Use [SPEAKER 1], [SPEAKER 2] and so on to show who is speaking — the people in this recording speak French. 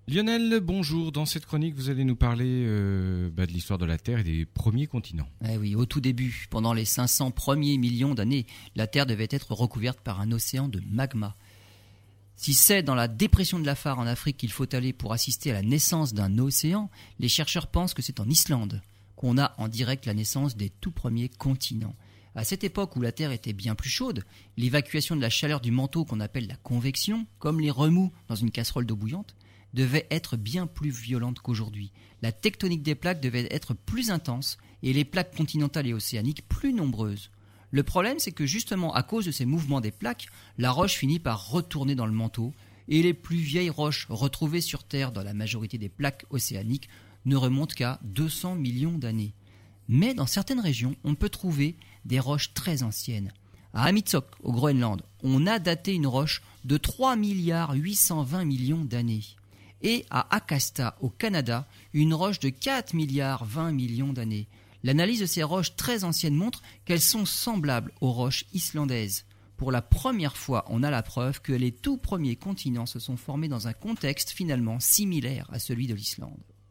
[SPEAKER 1] Lionel, bonjour. Dans cette chronique, vous allez nous parler de l'histoire de la Terre et des premiers continents.
[SPEAKER 2] Eh oui, au tout début, pendant les 500 premiers millions d'années, la Terre devait être recouverte par un océan de magma. Si c'est dans la dépression de Lafar en Afrique qu'il faut aller pour assister à la naissance d'un océan, les chercheurs pensent que c'est en Islande qu'on a en direct la naissance des tout premiers continents. À cette époque où la Terre était bien plus chaude, l'évacuation de la chaleur du manteau qu'on appelle la convection, comme les remous dans une casserole d'eau bouillante, devait être bien plus violente qu'aujourd'hui. La tectonique des plaques devait être plus intense et les plaques continentales et océaniques plus nombreuses. Le problème, c'est que justement à cause de ces mouvements des plaques, la roche finit par retourner dans le manteau et les plus vieilles roches retrouvées sur Terre dans la majorité des plaques océaniques ne remontent qu'à 200 millions d'années. Mais dans certaines régions, on peut trouver des roches très anciennes. À Amitsok, au Groenland, on a daté une roche de 3 820 millions d'années. Et à Akasta, au Canada, une roche de 4 20 millions d'années. L'analyse de ces roches très anciennes montre qu'elles sont semblables aux roches islandaises. Pour la première fois, on a la preuve que les tout premiers continents se sont formés dans un contexte finalement similaire à celui de l'Islande.